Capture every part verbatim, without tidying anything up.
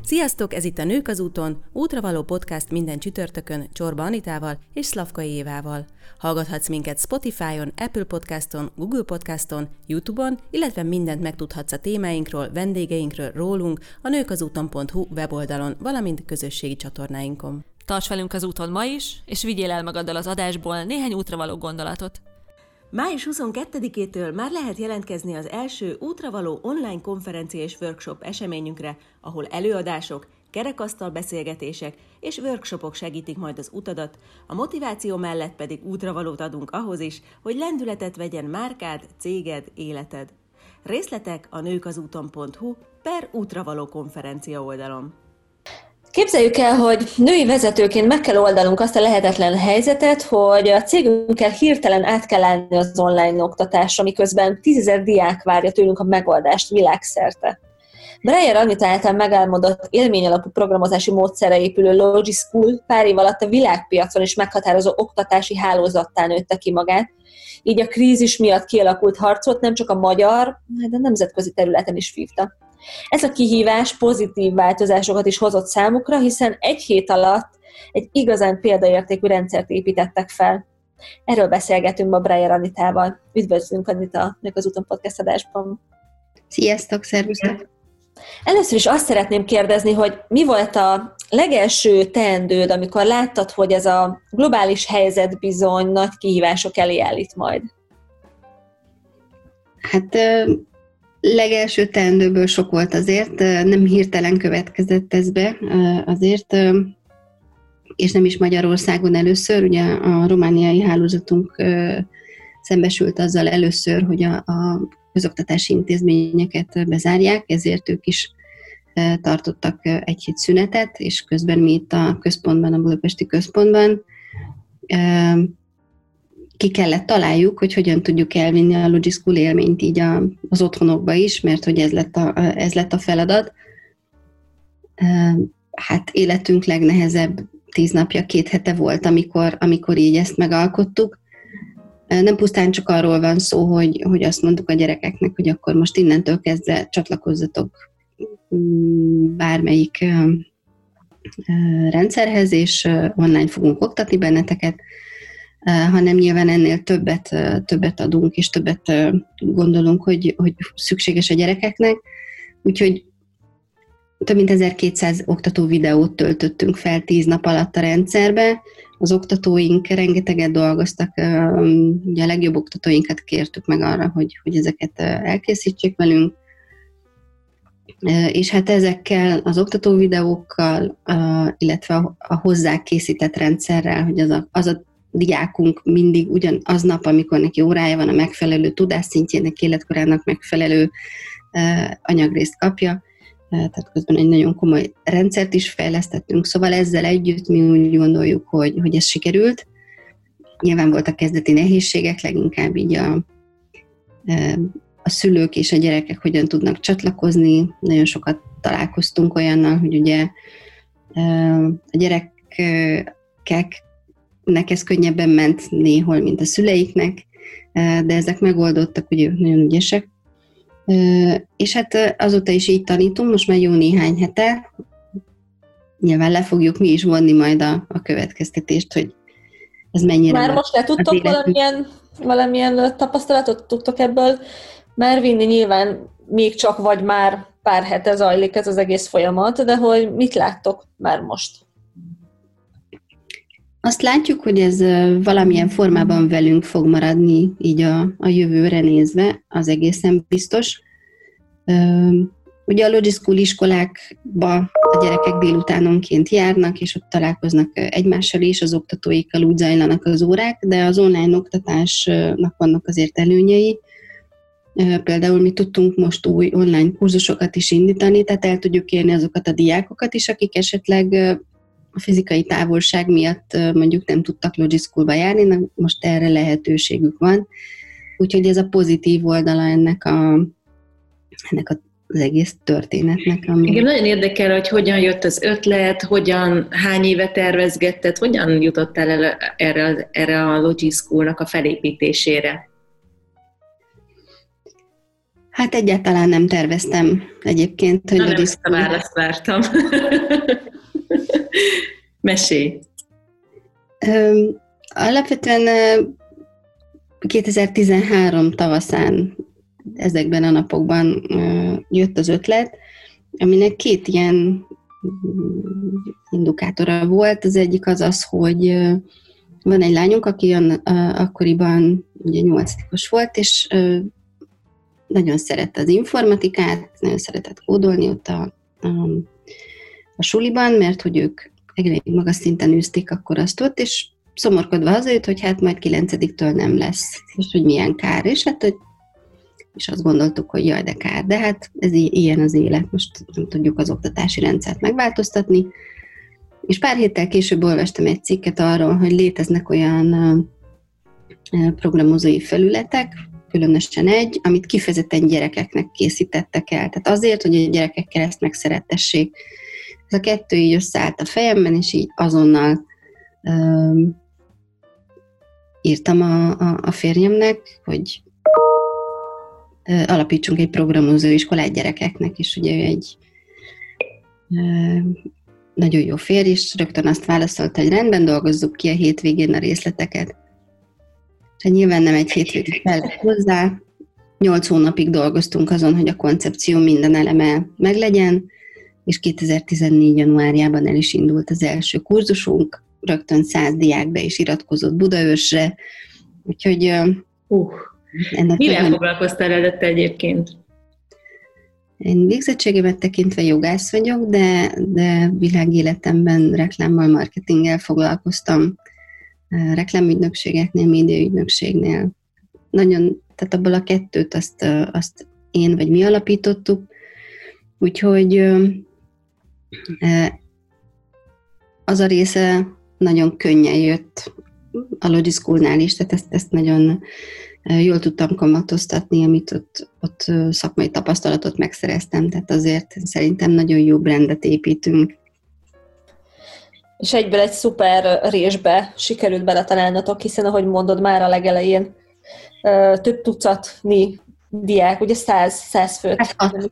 Sziasztok, ez itt a Nők az úton, útravaló podcast minden csütörtökön Csorba Anitával és Szlavkai Évával. Hallgathatsz minket Spotify-on, Apple Podcaston, Google Podcaston, YouTube-on, illetve mindent megtudhatsz a témáinkról, vendégeinkről, rólunk a nőkazúton pont hu weboldalon, valamint közösségi csatornáinkon. Tarts velünk az úton ma is, és vigyél el magaddal az adásból néhány útravaló gondolatot. május huszonkettedikétől már lehet jelentkezni az első útravaló online konferencia és workshop eseményünkre, ahol előadások, kerekasztal beszélgetések és workshopok segítik majd az utadat, a motiváció mellett pedig útravalót adunk ahhoz is, hogy lendületet vegyen márkád, céged, életed. Részletek a nőkazúton pont hu per útravaló konferencia oldalon. Képzeljük el, hogy női vezetőként meg kell oldanunk azt a lehetetlen helyzetet, hogy a cégünkkel hirtelen át kell állni az online oktatásra, miközben tízezer diák várja tőlünk a megoldást világszerte. Breyer Anita által megálmodott élményalapú programozási módszerre épülő Logischool pár év alatt a világpiacon is meghatározó oktatási hálózattá nőtte ki magát, így a krízis miatt kialakult harcot nem csak a magyar, de a nemzetközi területen is vívta. Ez a kihívás pozitív változásokat is hozott számukra, hiszen egy hét alatt egy igazán példaértékű rendszert építettek fel. Erről beszélgetünk ma Breyer Anitával. Üdvözlünk, Anita, a Nők az úton podcast adásban. Sziasztok, szervusztok! Először is azt szeretném kérdezni, hogy mi volt a legelső teendőd, amikor láttad, hogy ez a globális helyzet bizony nagy kihívások elé állít majd? Hát legelső teendőből sok volt azért, nem hirtelen következett ez be azért, és nem is Magyarországon először, ugye a romániai hálózatunk szembesült azzal először, hogy a, a közoktatási intézményeket bezárják, ezért ők is tartottak egy hét szünetet, és közben mi itt a központban, a budapesti központban ki kellett találjuk, hogy hogyan tudjuk elvinni a Logischool élményt így a, az otthonokba is, mert hogy ez lett a, ez lett a feladat. Hát életünk legnehezebb tíz napja, két hete volt, amikor, amikor így ezt megalkottuk. Nem pusztán csak arról van szó, hogy, hogy azt mondtuk a gyerekeknek, hogy akkor most innentől kezdve csatlakozzatok bármelyik rendszerhez, és online fogunk oktatni benneteket, hanem nyilván ennél többet, többet adunk, és többet gondolunk, hogy, hogy szükséges a gyerekeknek. Úgyhogy több mint ezerkétszáz oktató videót töltöttünk fel tíz nap alatt a rendszerbe. Az oktatóink rengeteget dolgoztak, ugye a legjobb oktatóinkat kértük meg arra, hogy, hogy ezeket elkészítsék velünk. És hát ezekkel az oktató videókkal, illetve a hozzá készített rendszerrel, hogy az a, az a diákunk mindig ugyanaz nap, amikor neki órája van, a megfelelő tudásszintjének, életkorának megfelelő anyagrészt kapja. Tehát közben egy nagyon komoly rendszert is fejlesztettünk, szóval ezzel együtt mi úgy gondoljuk, hogy, hogy ez sikerült. Nyilván voltak kezdeti nehézségek, leginkább így a, a szülők és a gyerekek hogyan tudnak csatlakozni. Nagyon sokat találkoztunk olyannal, hogy ugye a gyerekek nek ez könnyebben ment néhol, mint a szüleiknek, de ezek megoldottak, ugye ők nagyon ügyesek. És hát azóta is így tanítunk, most már jó néhány hete. Nyilván le fogjuk mi is vonni majd a, a következtetést, hogy ez mennyire... Már most le tudtok valamilyen, valamilyen tapasztalatot tudtok ebből már vinni? Nyilván még csak vagy már pár hete zajlik ez az egész folyamat, de hogy mit láttok már most? Azt látjuk, hogy ez valamilyen formában velünk fog maradni így a, a jövőre nézve, az egészen biztos. Ugye a Logischool iskolákba a gyerekek délutánonként járnak, és ott találkoznak egymással is, az oktatóikkal úgy zajlanak az órák, de az online oktatásnak vannak azért előnyei. Például mi tudtunk most új online kurzusokat is indítani, tehát el tudjuk érni azokat a diákokat is, akik esetleg a fizikai távolság miatt mondjuk nem tudtak Logischoolba járni, most erre lehetőségük van. Úgyhogy ez a pozitív oldala ennek, a, ennek az egész történetnek. Ami... Igen, nagyon érdekel, hogy hogyan jött az ötlet, hogyan, hány éve tervezgetted, hogyan jutottál el erre, erre a Logischoolnak a felépítésére? Hát egyáltalán nem terveztem egyébként, hogy... Na, nem ezt a választ vártam. Mesélj! Um, alapvetően kétezer-tizenhárom tavaszán ezekben a napokban uh, jött az ötlet, aminek két ilyen indikátora volt. Az egyik az az, hogy uh, van egy lányunk, aki uh, akkoriban ugye nyolcadikos volt, és uh, nagyon szerette az informatikát, nagyon szeretett kódolni ott a, a, a suliban, mert hogy ők elég magas szinten űzték akkor azt ott, és szomorkodva hazajött, hogy hát majd kilencediktől nem lesz, és hogy milyen kár, és hát hogy és azt gondoltuk, hogy jaj, de kár, de hát ez ilyen az élet, most nem tudjuk az oktatási rendszert megváltoztatni, és pár héttel később olvastam egy cikket arról, hogy léteznek olyan programozói felületek, különösen egy, amit kifejezetten gyerekeknek készítettek el. Tehát azért, hogy a gyerekekkel ezt megszerettessék. Ez a kettő így összeállt a fejemben, és így azonnal um, írtam a, a, a férjemnek, hogy uh, alapítsunk egy programozó iskolát gyerekeknek, és ugye ő egy uh, nagyon jó férj, és rögtön azt válaszolta, hogy rendben, dolgozzuk ki a hétvégén a részleteket. És nyilván nem egy hétvégén kellett hozzá. Nyolc hónapig dolgoztunk azon, hogy a koncepció minden eleme meglegyen, és kétezer-tizennégy januárjában el is indult az első kurzusunk, rögtön száz diák be is iratkozott Budaörsre, úgyhogy... Uh, mivel nagyon... foglalkoztál előtte egyébként? Én végzettségemet tekintve jogász vagyok, de, de világéletemben reklámmal, marketinggel foglalkoztam, reklámügynökségeknél, médiaügynökségnél. Nagyon, tehát abból a kettőt azt, azt én vagy mi alapítottuk, úgyhogy az a része nagyon könnyen jött a Logischoolnál is, tehát ezt, ezt nagyon jól tudtam kamatoztatni, amit ott, ott szakmai tapasztalatot megszereztem, tehát azért szerintem nagyon jó brandet építünk. És egyből egy szuper résbe sikerült beletalálnatok, hiszen ahogy mondod már a legelején, több tucatnyi diák, ugye száz, száz főt.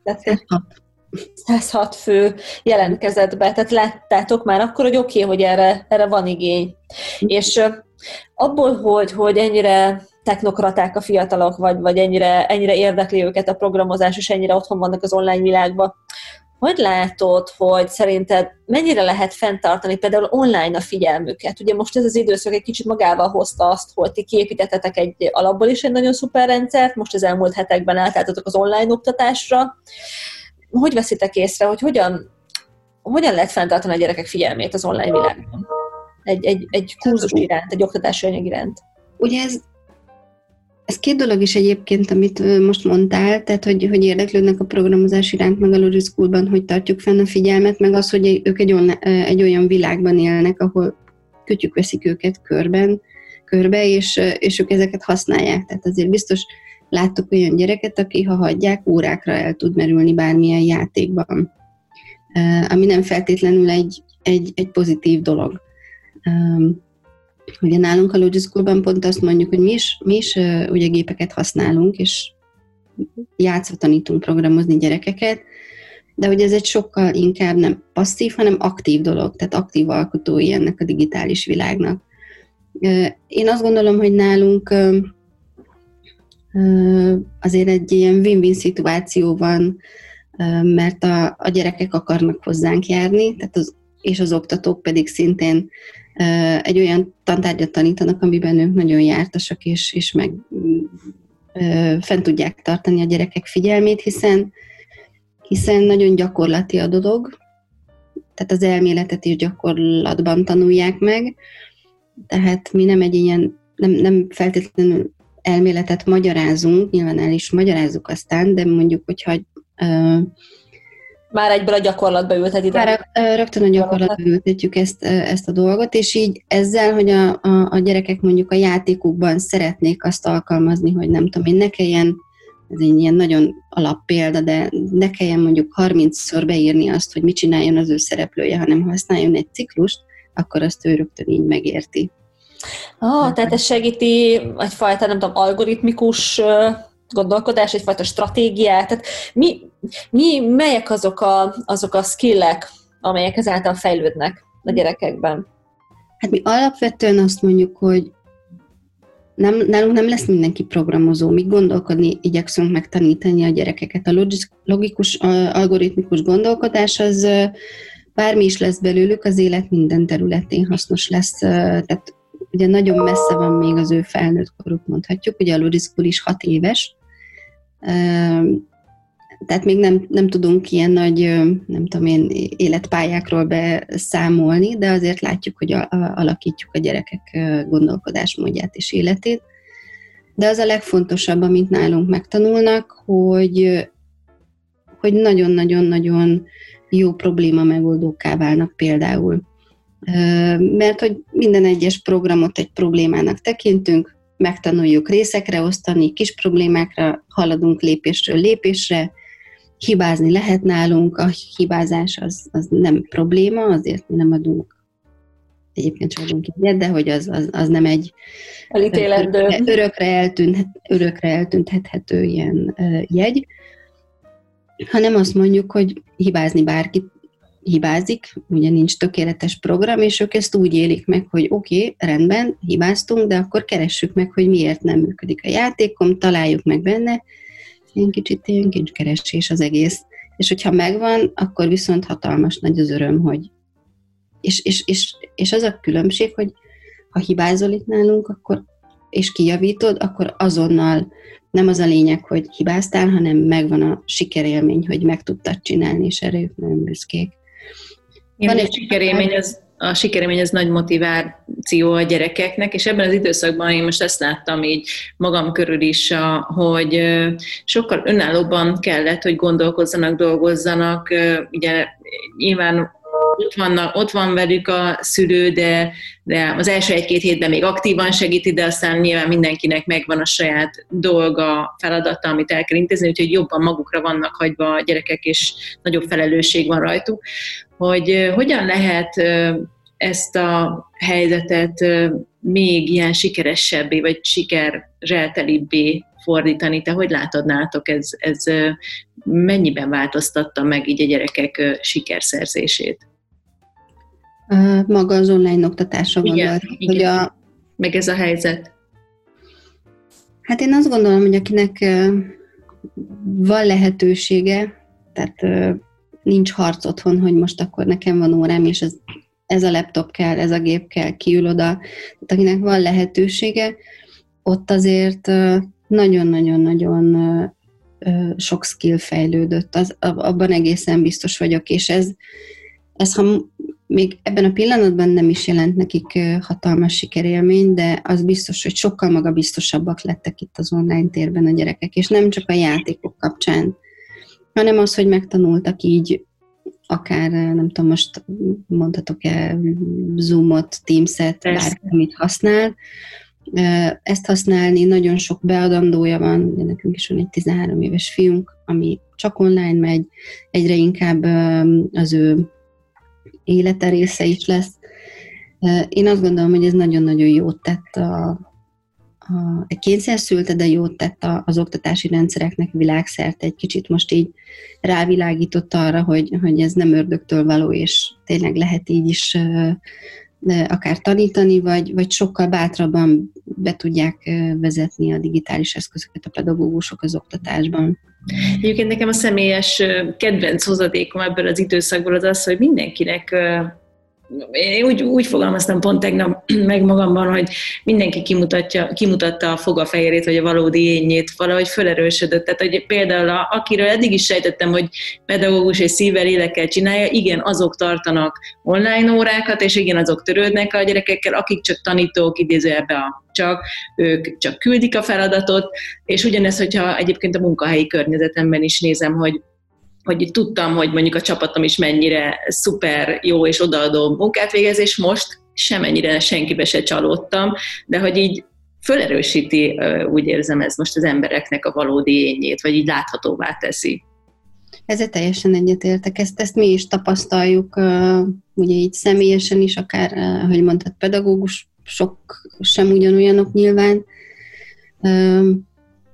száz hat fő jelentkezett be, tehát láttátok már akkor, hogy oké, okay, hogy erre, erre van igény. És abból, hogy, hogy ennyire technokraták a fiatalok, vagy, vagy ennyire, ennyire érdekli őket a programozás, és ennyire otthon vannak az online világban, hogy látod, hogy szerinted mennyire lehet fenntartani például online a figyelmüket? Ugye most ez az időszak egy kicsit magával hozta azt, hogy ti kiépítettetek egy alapból is egy nagyon szuper rendszert, most az elmúlt hetekben átálltatok az online oktatásra. Hogy veszitek észre, hogy hogyan, hogyan lehet fenntartani a gyerekek figyelmét az online világban? Egy, egy, egy kurzus iránt, egy oktatási anyag iránt. Ugye ez Ez két dolog is egyébként, amit most mondtál, tehát hogy, hogy érdeklődnek a programozás iránt, meg a Logischoolban, hogy tartjuk fenn a figyelmet, meg az, hogy ők egy, on, egy olyan világban élnek, ahol kütyük veszik őket körben, körbe, és, és ők ezeket használják. Tehát azért biztos láttuk olyan gyereket, aki ha hagyják, órákra el tud merülni bármilyen játékban, ami nem feltétlenül egy, egy, egy pozitív dolog. Ugye nálunk a Logischoolban pont azt mondjuk, hogy mi is, mi is uh, ugye gépeket használunk, és játszva tanítunk programozni gyerekeket, de hogy ez egy sokkal inkább nem passzív, hanem aktív dolog, tehát aktív alkotói ennek a digitális világnak. Uh, én azt gondolom, hogy nálunk uh, uh, azért egy ilyen win-win szituáció van, uh, mert a, a gyerekek akarnak hozzánk járni, tehát az, és az oktatók pedig szintén egy olyan tantárgyat tanítanak, amiben ők nagyon jártasak, és, és meg ö, fent tudják tartani a gyerekek figyelmét, hiszen, hiszen nagyon gyakorlati a dolog, tehát az elméletet is gyakorlatban tanulják meg, tehát mi nem egy ilyen, nem, nem feltétlenül elméletet magyarázunk, nyilván el is magyarázzuk aztán, de mondjuk, hogyha ö, már egyből a gyakorlatba ültetitek. Már rögtön a gyakorlatba ültetjük ezt, ezt a dolgot, és így ezzel, hogy a, a, a gyerekek mondjuk a játékukban szeretnék azt alkalmazni, hogy nem tudom én, ne kelljen, ez egy ilyen nagyon alappélda, de ne kelljen mondjuk harmincszor beírni azt, hogy mit csináljon az ő szereplője, hanem használjon egy ciklust, akkor azt ő rögtön így megérti. Ah, tehát ez segíti egyfajta, nem tudom, algoritmikus gondolkodás, egyfajta stratégiát? Tehát mi, mi, melyek azok a, azok a skillek, amelyek ezáltal fejlődnek a gyerekekben? Hát mi alapvetően azt mondjuk, hogy nem, nálunk nem lesz mindenki programozó, mi gondolkodni igyekszünk megtanítani a gyerekeket. A logikus, algoritmikus gondolkodás az bármi is lesz belőlük, az élet minden területén hasznos lesz. Tehát ugye nagyon messze van még az ő felnőtt koruk, mondhatjuk, ugye a Logic School is hat éves, tehát még nem, nem tudunk ilyen nagy, nem tudom én, életpályákról beszámolni, de azért látjuk, hogy a, a, alakítjuk a gyerekek gondolkodásmódját és életét. De az a legfontosabb, amit nálunk megtanulnak, hogy, hogy nagyon-nagyon-nagyon jó probléma megoldókká válnak például. Mert hogy minden egyes programot egy problémának tekintünk, megtanuljuk részekre osztani, kis problémákra haladunk lépésről lépésre, hibázni lehet nálunk, a hibázás az, az nem probléma, azért mi nem adunk, egyébként sem adunk ilyet, de hogy az, az, az nem egy örökre, örökre, eltűnhet, örökre eltűnthethető ilyen jegy, hanem azt mondjuk, hogy hibázni bárki hibázik, ugye nincs tökéletes program, és ők ezt úgy élik meg, hogy oké, okay, rendben, hibáztunk, de akkor keressük meg, hogy miért nem működik a játékom, találjuk meg benne, ilyen kicsit ilyen kincskeresés az egész. És hogyha megvan, akkor viszont hatalmas nagy az öröm, hogy és, és, és, és az a különbség, hogy ha hibázol itt nálunk, akkor, és kijavítod, akkor azonnal nem az a lényeg, hogy hibáztál, hanem megvan a sikerélmény, hogy meg tudtad csinálni, és erre ők nagyon büszkék. Van egy sikerélmény, az, a sikerélmény az nagy motiváció a gyerekeknek, és ebben az időszakban én most ezt láttam így magam körül is, a, hogy sokkal önállóban kellett, hogy gondolkozzanak, dolgozzanak, ugye nyilván ott, vannak, ott van velük a szülő, de, de az első egy-két hétben még aktívan segíti, de aztán nyilván mindenkinek megvan a saját dolga, feladata, amit el kell intézni, úgyhogy jobban magukra vannak hagyva a gyerekek, és nagyobb felelősség van rajtuk. Hogy hogyan lehet ezt a helyzetet még ilyen sikeresebbé, vagy sikerreltelibbé fordítani? Te hogy látod nálatok, ez, ez mennyiben változtatta meg így a gyerekek sikerszerzését? Maga az online oktatásra gondolt. Hogy a... Meg ez a helyzet? Hát én azt gondolom, hogy akinek van lehetősége, tehát nincs harc otthon, hogy most akkor nekem van órám, és ez, ez a laptop kell, ez a gép kell, kiül oda. Tehát akinek van lehetősége, ott azért nagyon-nagyon-nagyon sok skill fejlődött. Az, abban egészen biztos vagyok, és ez, ez ha még ebben a pillanatban nem is jelent nekik hatalmas sikerélmény, de az biztos, hogy sokkal magabiztosabbak lettek itt az online térben a gyerekek, és nem csak a játékok kapcsán, hanem az, hogy megtanultak így akár, nem tudom, most mondhatok-e Zoomot, Teams-et, bárki, amit használ. Ezt használni, nagyon sok beadandója van, ugye nekünk is van egy tizenhárom éves fiunk, ami csak online megy, egyre inkább az ő élete része is lesz. Én azt gondolom, hogy ez nagyon-nagyon jót tett a, a kényszerszülte, de jót tett az oktatási rendszereknek világszerte. Egy kicsit most így rávilágított arra, hogy, hogy ez nem ördögtől való, és tényleg lehet így is akár tanítani, vagy, vagy sokkal bátrabban be tudják vezetni a digitális eszközöket a pedagógusok az oktatásban. Egyébként nekem a személyes kedvenc hozadékom ebből az időszakból az az, hogy mindenkinek, én úgy, úgy fogalmaztam pont tegnap meg magamban, hogy mindenki kimutatja, kimutatta a fogafehérét, vagy a valódi énjét, valahogy felerősödött. Tehát, hogy például a, akiről eddig is sejtettem, hogy pedagógus és szívvel, lélekkel csinálja, igen, azok tartanak online órákat, és igen, azok törődnek a gyerekekkel, akik csak tanítók, idézőjelben a csak, ők csak küldik a feladatot, és ugyanez, hogyha egyébként a munkahelyi környezetemben is nézem, hogy hogy tudtam, hogy mondjuk a csapatom is mennyire szuper jó és odaadó munkát végez, és most semennyire senkibe se csalódtam, de hogy így fölerősíti, úgy érzem, ez most az embereknek a valódi énjét, vagy így láthatóvá teszi. Ezzel teljesen egyetértek, ezt, ezt mi is tapasztaljuk, ugye így személyesen is, akár, hogy mondtad, pedagógus, sok sem ugyanolyanok nyilván,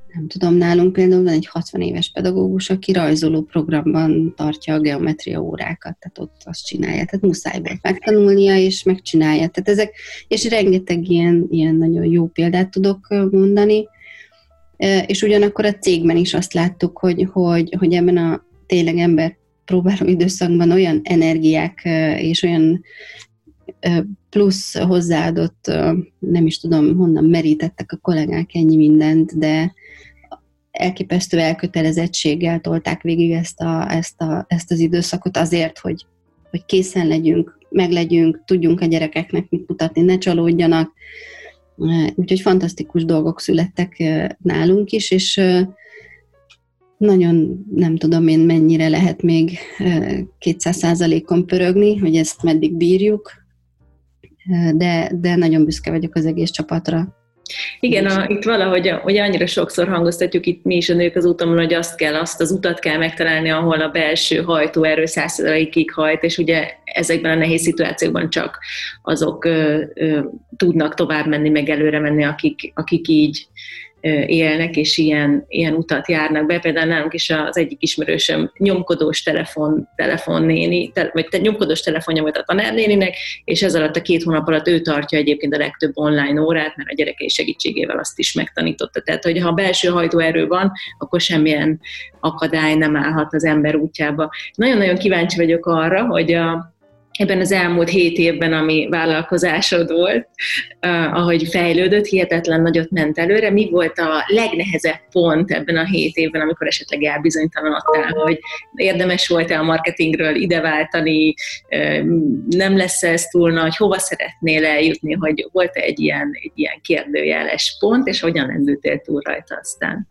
nem tudom, nálunk például van egy hatvan éves pedagógus, aki rajzoló programban tartja a geometria órákat, tehát ott azt csinálja, tehát muszáj volt megtanulnia, és megcsinálja. Tehát ezek, és rengeteg ilyen, ilyen nagyon jó példát tudok mondani, és ugyanakkor a cégben is azt láttuk, hogy, hogy, hogy ebben a tényleg ember próbáló időszakban olyan energiák és olyan plusz hozzáadott, nem is tudom, honnan merítettek a kollégák ennyi mindent, de elképesztő elkötelezettséggel tolták végig ezt, a, ezt, a, ezt az időszakot azért, hogy, hogy készen legyünk, meglegyünk, tudjunk a gyerekeknek mit mutatni, ne csalódjanak. Úgyhogy fantasztikus dolgok születtek nálunk is, és nagyon nem tudom én, mennyire lehet még kétszáz százalékon pörögni, hogy ezt meddig bírjuk, de, de nagyon büszke vagyok az egész csapatra. Igen, a, itt valahogy hogy annyira sokszor hangoztatjuk itt mi is a Nők az úton, hogy azt kell, azt az utat kell megtalálni, ahol a belső hajtóerő száz százalékig hajt, és ugye ezekben a nehéz szituációkban csak azok ö, ö, tudnak tovább menni, meg előre menni, akik, akik így élnek, és ilyen, ilyen utat járnak be. Például nálunk is az egyik ismerősöm nyomkodós telefon, telefonnéni, te, vagy te, nyomkodós telefonja volt a tanárnéninek, és ez alatt a két hónap alatt ő tartja egyébként a legtöbb online órát, mert a gyerekei segítségével azt is megtanította. Tehát, hogy ha belső hajtóerő van, akkor semmilyen akadály nem állhat az ember útjába. Nagyon-nagyon kíváncsi vagyok arra, hogy a ebben az elmúlt hét évben, ami vállalkozásod volt, uh, ahogy fejlődött, hihetetlen nagyot ment előre. Mi volt a legnehezebb pont ebben a hét évben, amikor esetleg elbizonytalanodtál, hogy érdemes volt-e a marketingről ideváltani, uh, nem lesz ez túl nagy, hova szeretnél eljutni, hogy volt-e egy ilyen, egy ilyen kérdőjeles pont, és hogyan lendültél túl rajta aztán?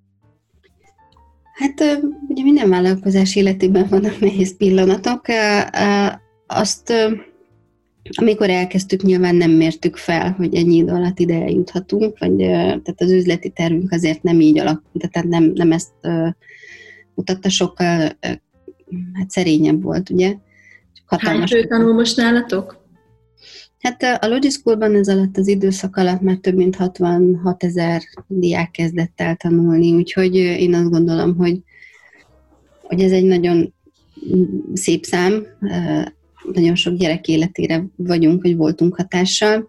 Hát ugye minden vállalkozás életében vannak nehéz pillanatok. Azt, amikor elkezdtük, nyilván nem mértük fel, hogy ennyi idő alatt ide eljuthatunk, vagy, tehát az üzleti tervünk azért nem így alakult, tehát nem, nem ezt mutatta, sokkal hát szerényebb volt, ugye? Hány fő tanul most nálatok? Hát a Logischoolban ez alatt az időszak alatt már több mint hatvanhatezer diák kezdett el tanulni, úgyhogy én azt gondolom, hogy, hogy ez egy nagyon szép szám, nagyon sok gyerek életére vagyunk, vagy voltunk hatással.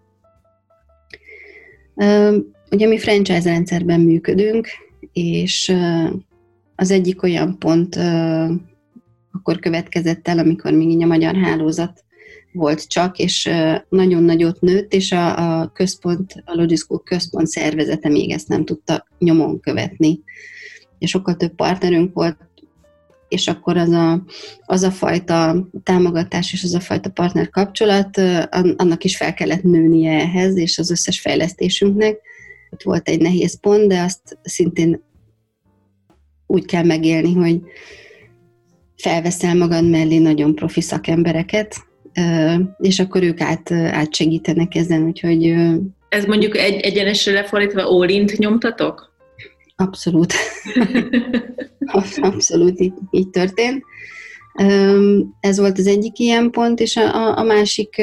Ugye mi franchise rendszerben működünk, és az egyik olyan pont akkor következett el, amikor még így a magyar hálózat volt csak, és nagyon nagyot nőtt, és a, a központ, a Logischool központ szervezete még ezt nem tudta nyomon követni. És sokkal több partnerünk volt, és akkor az a, az a fajta támogatás és az a fajta partner kapcsolat, annak is fel kellett nőnie ehhez, és az összes fejlesztésünknek. Ott volt egy nehéz pont, de azt szintén úgy kell megélni, hogy felveszel magad mellé nagyon profi szakembereket, és akkor ők át, átsegítenek ezen, úgyhogy... Ez mondjuk egy, egyenesre lefordítva all-int nyomtatok? Abszolút. Abszolút így, így történt. Ez volt az egyik ilyen pont, és a, a, másik,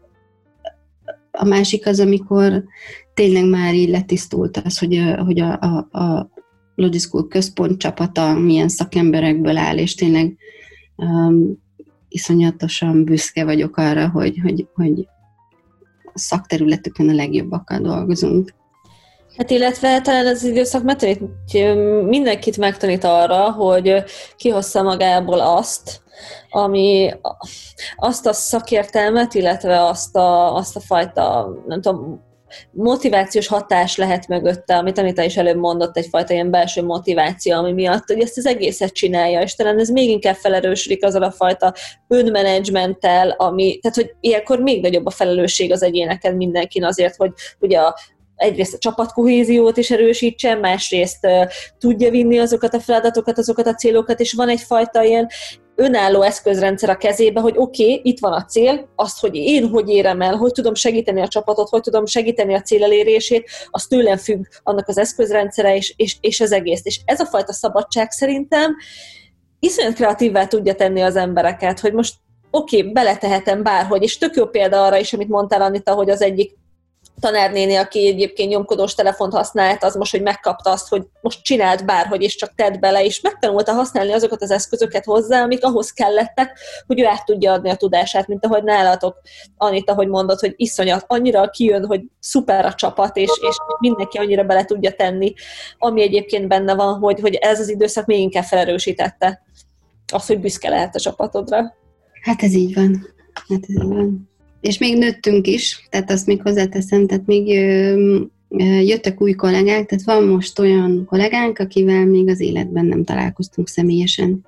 a másik az, amikor tényleg már így letisztult az, hogy, hogy a, a, a Logischool központ csapata milyen szakemberekből áll, és tényleg um, iszonyatosan büszke vagyok arra, hogy, hogy, hogy a szakterületükön a legjobbakkal dolgozunk. Hát illetve talán az időszak megtanít, mindenkit megtanít arra, hogy kihozza magából azt, ami azt a szakértelmet, illetve azt a, azt a fajta, nem tudom, motivációs hatás lehet mögötte, amit Anita is előbb mondott, egyfajta ilyen belső motiváció, ami miatt, hogy ezt az egészet csinálja, és talán ez még inkább felerősödik azzal a fajta önmenedzsmenttel, ami, tehát hogy ilyenkor még nagyobb a felelősség az egyéneken mindenkin azért, hogy ugye a egyrészt a csapatkohéziót is erősítsen, másrészt uh, tudja vinni azokat a feladatokat, azokat a célokat, és van egyfajta ilyen önálló eszközrendszer a kezébe, hogy oké, okay, itt van a cél, azt, hogy én hogy érem el, hogy tudom segíteni a csapatot, hogy tudom segíteni a cél elérését, az tőlem függ annak az eszközrendszere és, és, és az egész. És ez a fajta szabadság szerintem iszonyat kreatívvá tudja tenni az embereket, hogy most oké, okay, beletehetem bárhogy, és tök jó példa arra is, amit mondtál, Anita, hogy az egyik tanárnéni, aki egyébként nyomkodós telefont használt, az most, hogy megkapta azt, hogy most csinált bárhogy, és csak tedd bele, és megtanulta használni azokat az eszközöket hozzá, amik ahhoz kellettek, hogy ő át tudja adni a tudását, mint ahogy nálatok, Anita, ahogy mondod, hogy iszonyat, annyira kijön, hogy szuper a csapat, és, és mindenki annyira bele tudja tenni, ami egyébként benne van, hogy, hogy ez az időszak még inkább felerősítette azt, hogy büszke lehet a csapatodra. Hát ez így van. Hát ez így van. És még nőttünk is, tehát azt még hozzáteszem, tehát még ö, ö, jöttek új kollégák, tehát van most olyan kollégánk, akivel még az életben nem találkoztunk személyesen.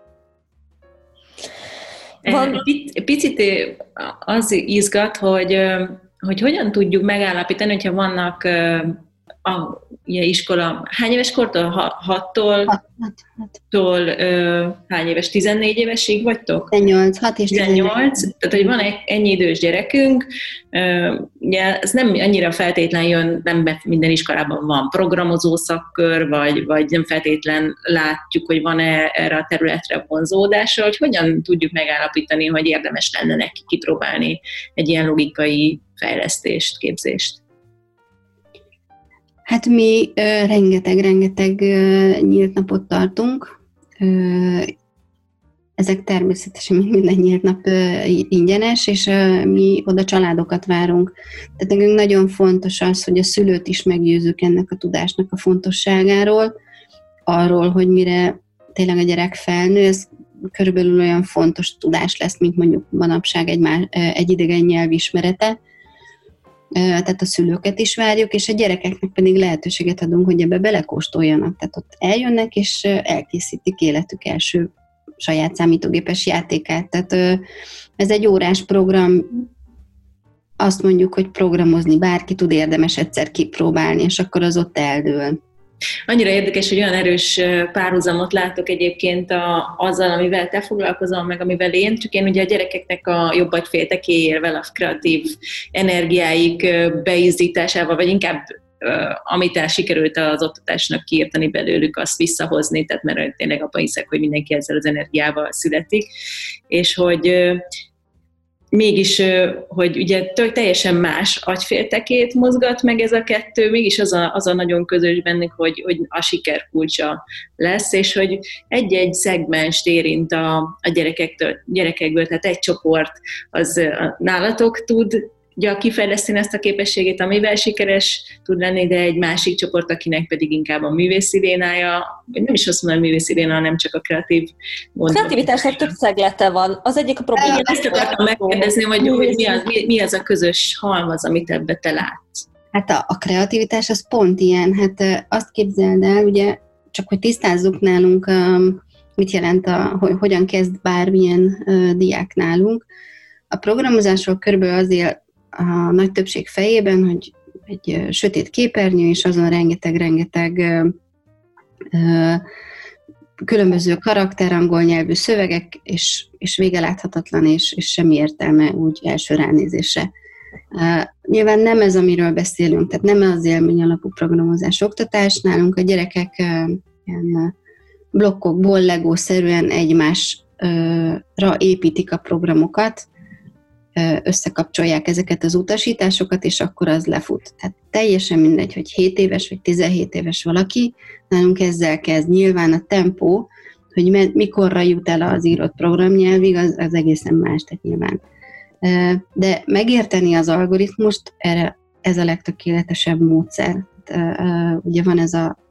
Van. Picit az izgat, hogy, hogy hogyan tudjuk megállapítani, hogyha vannak a ilyen iskola, hány éves kortól? Hattól? Hat, hat, hat. Tól, ö, hány éves? tizennégy évesig vagytok? tizennyolc, hat és tizennyolc. Tehát, hogy van ennyi idős gyerekünk, ö, ugye ez nem annyira feltétlen jön, nem minden iskolában van programozó szakkör, vagy, vagy nem feltétlen látjuk, hogy van-e erre a területre vonzódása, hogy hogyan tudjuk megállapítani, hogy érdemes lenne neki kipróbálni egy ilyen logikai fejlesztést, képzést. Hát mi rengeteg-rengeteg nyílt napot tartunk. Ö, ezek természetesen minden nyílt nap ö, ingyenes, és ö, mi oda családokat várunk. Tehát nekünk nagyon fontos az, hogy a szülőt is meggyőzzük ennek a tudásnak a fontosságáról, arról, hogy mire tényleg a gyerek felnő, ez körülbelül olyan fontos tudás lesz, mint mondjuk manapság egy, más, egy idegen nyelv ismerete. Tehát a szülőket is várjuk, és a gyerekeknek pedig lehetőséget adunk, hogy ebbe belekóstoljanak. Tehát ott eljönnek, és elkészítik életük első saját számítógépes játékát. Tehát ez egy órás program, azt mondjuk, hogy programozni bárki tud, érdemes egyszer kipróbálni, és akkor az ott eldől. Annyira érdekes, hogy olyan erős párhuzamot látok egyébként a, azzal, amivel te foglalkozol, meg amivel én, csak én ugye a gyerekeknek a jobb agyféltekéjével, a kreatív energiáik beízdításával, vagy inkább amit el sikerült az oktatásnak kiírtani belőlük, azt visszahozni, tehát mert tényleg abban hiszek, hogy mindenki ezzel az energiával születik, és hogy mégis, hogy ugye teljesen más agyféltekét mozgat meg ez a kettő, mégis az a, az a nagyon közös bennük, hogy, hogy a siker kulcsa lesz, és hogy egy-egy szegmenst érint a, a gyerekektől, gyerekekből, tehát egy csoport az nálatok tud kifejleszteni ezt a képességét, amivel sikeres tud lenni, de egy másik csoport, akinek pedig inkább a művészi vénája, vagy nem is azt mondom, a művészi véna, hanem csak a kreatív gondolat. A kreativitásnak több szeglete van. Az egyik a probléma. Igen, ezt akartam megkérdezni, hogy, hogy mi, az, mi, mi az a közös halmaz, amit ebbe te látsz? Hát a, a kreativitás az pont ilyen. Hát azt képzeld el, ugye, csak hogy tisztázzuk nálunk, um, mit jelent, a, hogy hogyan kezd bármilyen uh, diák nálunk. A programozásról körülbelül azért a nagy többség fejében, hogy egy sötét képernyő, és azon rengeteg-rengeteg különböző karakter, angol nyelvű szövegek, és, és vége láthatatlan, és, és semmi értelme úgy első ránézésre. Uh, nyilván nem ez, amiről beszélünk, tehát nem az élmény alapú programozás oktatás. Nálunk a gyerekek uh, ilyen blokkokból, legószerűen egymásra építik a programokat, összekapcsolják ezeket az utasításokat, és akkor az lefut. Tehát teljesen mindegy, hogy hét éves vagy tizenhét éves valaki, nálunk ezzel kezd. Nyilván a tempó, hogy me- mikorra jut el az írott programnyelvig, az, az egészen más, tehát nyilván. De megérteni az algoritmust, erre ez a legtökéletesebb módszer. Ugye van ez a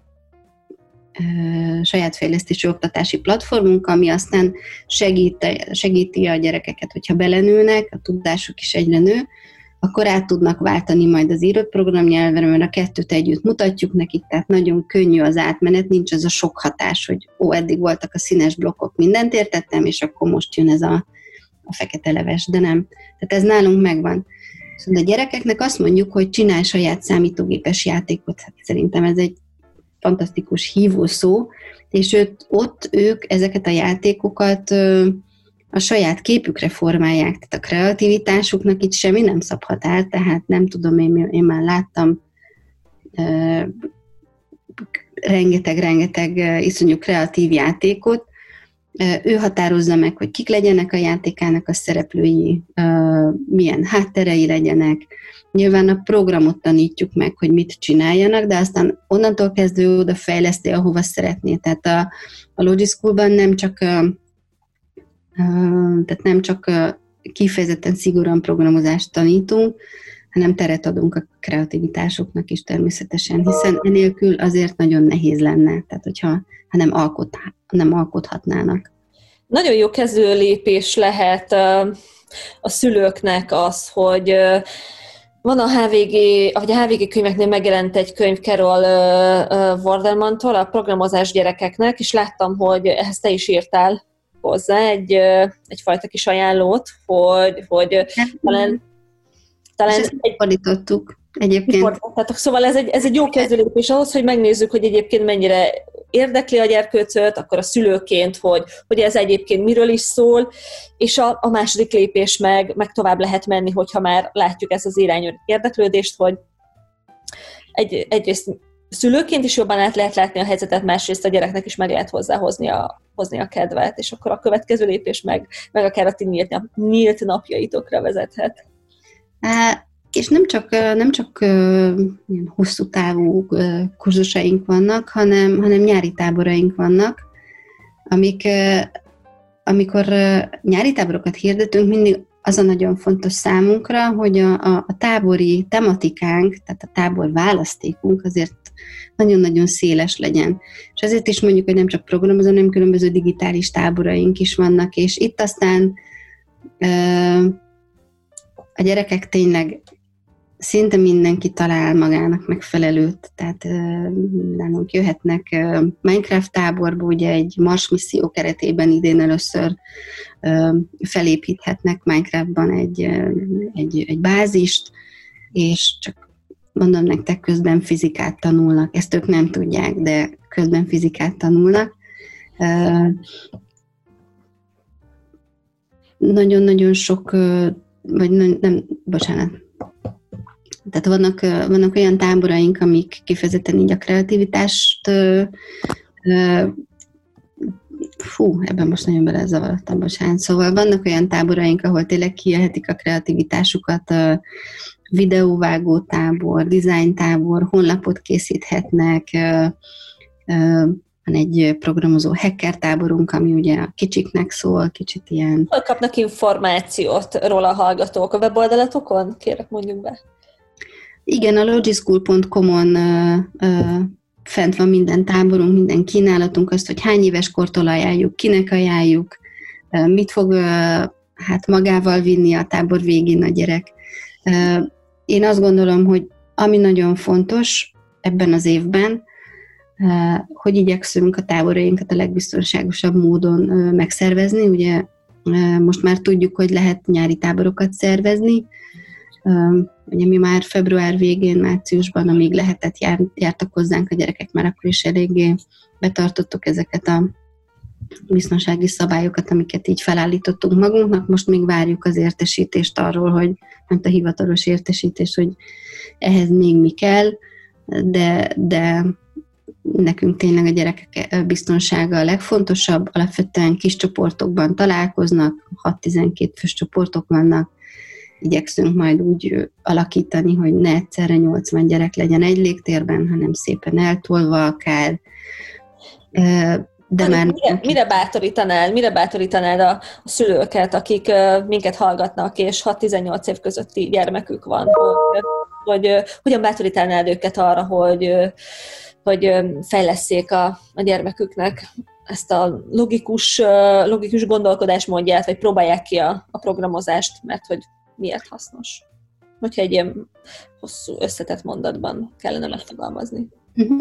saját fejlesztési oktatási platformunk, ami aztán segít, segíti a gyerekeket, hogyha belenőnek, a tudásuk is egyre nő, akkor át tudnak váltani majd az írott programnyelvre, mert a kettőt együtt mutatjuk nekik, tehát nagyon könnyű az átmenet, nincs ez a sok hatás, hogy ó, eddig voltak a színes blokkok, mindent értettem, és akkor most jön ez a, a fekete leves, de nem. Tehát ez nálunk megvan. Szóval a gyerekeknek azt mondjuk, hogy csinálj saját számítógépes játékot, hát szerintem ez egy fantasztikus hívószó, és őt, ott ők ezeket a játékokat ö, a saját képükre formálják, tehát a kreativitásuknak itt semmi nem szabhat el, tehát nem tudom, én, én már láttam ö, rengeteg-rengeteg ö, iszonyú kreatív játékot, ö, ő határozza meg, hogy kik legyenek a játékának a szereplői, ö, milyen hátterei legyenek. Nyilván a programot tanítjuk meg, hogy mit csináljanak, de aztán onnantól kezdve oda fejleszti, ahova szeretné. Tehát a, a Logischoolban nem csak, tehát nem csak kifejezetten szigorúan programozást tanítunk, hanem teret adunk a kreativitásoknak is természetesen, hiszen enélkül azért nagyon nehéz lenne, tehát hogyha ha nem, alkot, nem alkothatnának. Nagyon jó kezdő lépés lehet a szülőknek az, hogy van a há vé gé, vagy a há vé gé könyveknél megjelent egy könyv Carol Vordermantól, a programozás gyerekeknek, és láttam, hogy ehhez te is írtál hozzá egy, egyfajta kis ajánlót, hogy, hogy talán Talán egy fordítottuk egyébként. Fordítottátok. Szóval ez egy, ez egy jó kezdőlépés ahhoz, hogy megnézzük, hogy egyébként mennyire érdekli a gyerkőcöt, akkor a szülőként, hogy, hogy ez egyébként miről is szól, és a, a második lépés meg, meg tovább lehet menni, hogyha már látjuk ezt az irányú érdeklődést, hogy egy, egyrészt szülőként is jobban át lehet látni a helyzetet, másrészt a gyereknek is meg lehet hozzáhozni a, hozni a kedvet, és akkor a következő lépés meg, meg akár a ti nyílt, nap, nyílt napjaitokra vezethet. És nem csak, nem csak ilyen hosszú távú kurzusaink vannak, hanem, hanem nyári táboraink vannak, amik, amikor nyári táborokat hirdetünk, mindig az a nagyon fontos számunkra, hogy a, a, a tábori tematikánk, tehát a tábor választékunk azért nagyon-nagyon széles legyen. És ezért is mondjuk, hogy nem csak programozó, hanem különböző digitális táboraink is vannak, és itt aztán a gyerekek tényleg szinte mindenki talál magának megfelelőt, tehát nálunk jöhetnek Minecraft táborba, ugye egy Mars misszió keretében idén először felépíthetnek Minecraftban egy, egy, egy bázist, és csak mondom nektek, közben fizikát tanulnak. Ezt ők nem tudják, de közben fizikát tanulnak. Nagyon-nagyon sok, vagy nem, bocsánat, tehát vannak, vannak olyan táboraink, amik kifejezetten így a kreativitást, fú, ebben most nagyon belezavarodtam, bocsánat. Szóval vannak olyan táboraink, ahol tényleg kijelhetik a kreativitásukat, videóvágó tábor, design tábor, honlapot készíthetnek, van egy programozó hacker táborunk, ami ugye a kicsiknek szól, kicsit ilyen... Hol kapnak információt róla a hallgatók? A weboldalatokon? Kérek, mondjuk be. Igen, a logischool pont com-on uh, uh, fent van minden táborunk, minden kínálatunk, azt, hogy hány éves kortól ajánljuk, kinek ajánljuk, uh, mit fog uh, hát magával vinni a tábor végén a gyerek. Uh, én azt gondolom, hogy ami nagyon fontos ebben az évben, uh, hogy igyekszünk a táborainkat a legbiztonságosabb módon uh, megszervezni. Ugye uh, most már tudjuk, hogy lehet nyári táborokat szervezni. Uh, ugye mi már február végén, márciusban, amíg lehetett, jár, jártak hozzánk a gyerekek, már akkor is eléggé betartottuk ezeket a biztonsági szabályokat, amiket így felállítottunk magunknak. Most még várjuk az értesítést arról, hogy nem a hivatalos értesítés, hogy ehhez még mi kell, de, de nekünk tényleg a gyerekek biztonsága a legfontosabb. Alapvetően kis csoportokban találkoznak, hat-tizenkét fős csoportok vannak, igyekszünk majd úgy alakítani, hogy ne egyszerre nyolcvan gyerek legyen egy légtérben, hanem szépen eltolva akár. De már... mire, mire bátorítanád, mire bátorítanád a, a szülőket, akik uh, minket hallgatnak, és hat-tizennyolc év közötti gyermekük van, hogy, hogy uh, hogyan bátorítanád őket arra, hogy, uh, hogy uh, fejlesszék a, a gyermeküknek ezt a logikus, uh, logikus gondolkodásmódját, vagy próbálják ki a, a programozást, mert hogy miért hasznos? Hogyha egy ilyen hosszú, összetett mondatban kellene megfogalmazni. Uh-huh.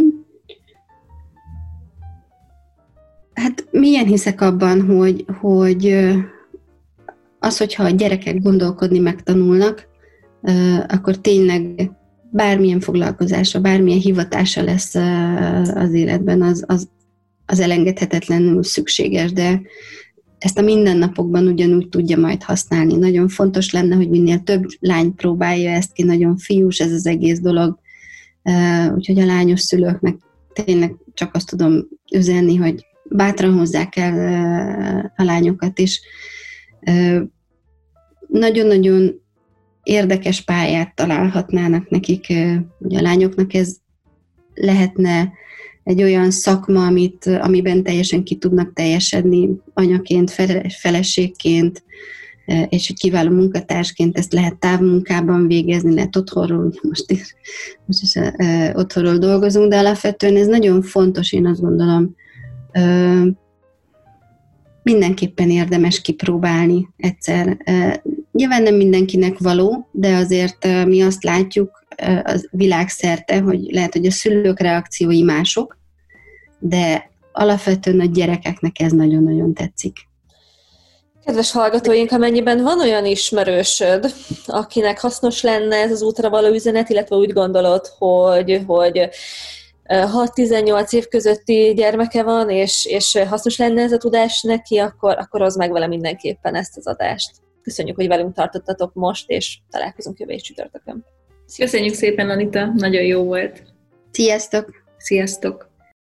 Hát milyen hiszek abban, hogy, hogy az, hogyha a gyerekek gondolkodni megtanulnak, akkor tényleg bármilyen foglalkozása, bármilyen hivatása lesz az életben, az, az, az elengedhetetlenül szükséges, de ezt a mindennapokban ugyanúgy tudja majd használni. Nagyon fontos lenne, hogy minél több lány próbálja ezt ki, nagyon fiús ez az egész dolog, úgyhogy a lányos szülőknek tényleg csak azt tudom üzenni, hogy bátran hozzák el a lányokat, és nagyon-nagyon érdekes pályát találhatnának nekik, ugye a lányoknak ez lehetne egy olyan szakma, amit, amiben teljesen ki tudnak teljesedni anyaként, feleségként, és egy kiváló munkatársként ezt lehet távmunkában végezni, lehet otthonról, most is, most is uh, otthonról dolgozunk, de alapvetően ez nagyon fontos, én azt gondolom, uh, mindenképpen érdemes kipróbálni egyszer. Uh, nyilván nem mindenkinek való, de azért uh, mi azt látjuk uh, az világszerte, hogy lehet, hogy a szülők reakciói mások, de alapvetően a gyerekeknek ez nagyon-nagyon tetszik. Kedves hallgatóink, amennyiben van olyan ismerősöd, akinek hasznos lenne ez az útra való üzenet, illetve úgy gondolod, hogy, hogy hat-tizennyolc év közötti gyermeke van, és, és hasznos lenne ez a tudás neki, akkor, akkor hozd meg vele mindenképpen ezt az adást. Köszönjük, hogy velünk tartottatok most, és találkozunk jövő csütörtökön. Köszönjük szépen, Anita, nagyon jó volt. Sziasztok! Sziasztok!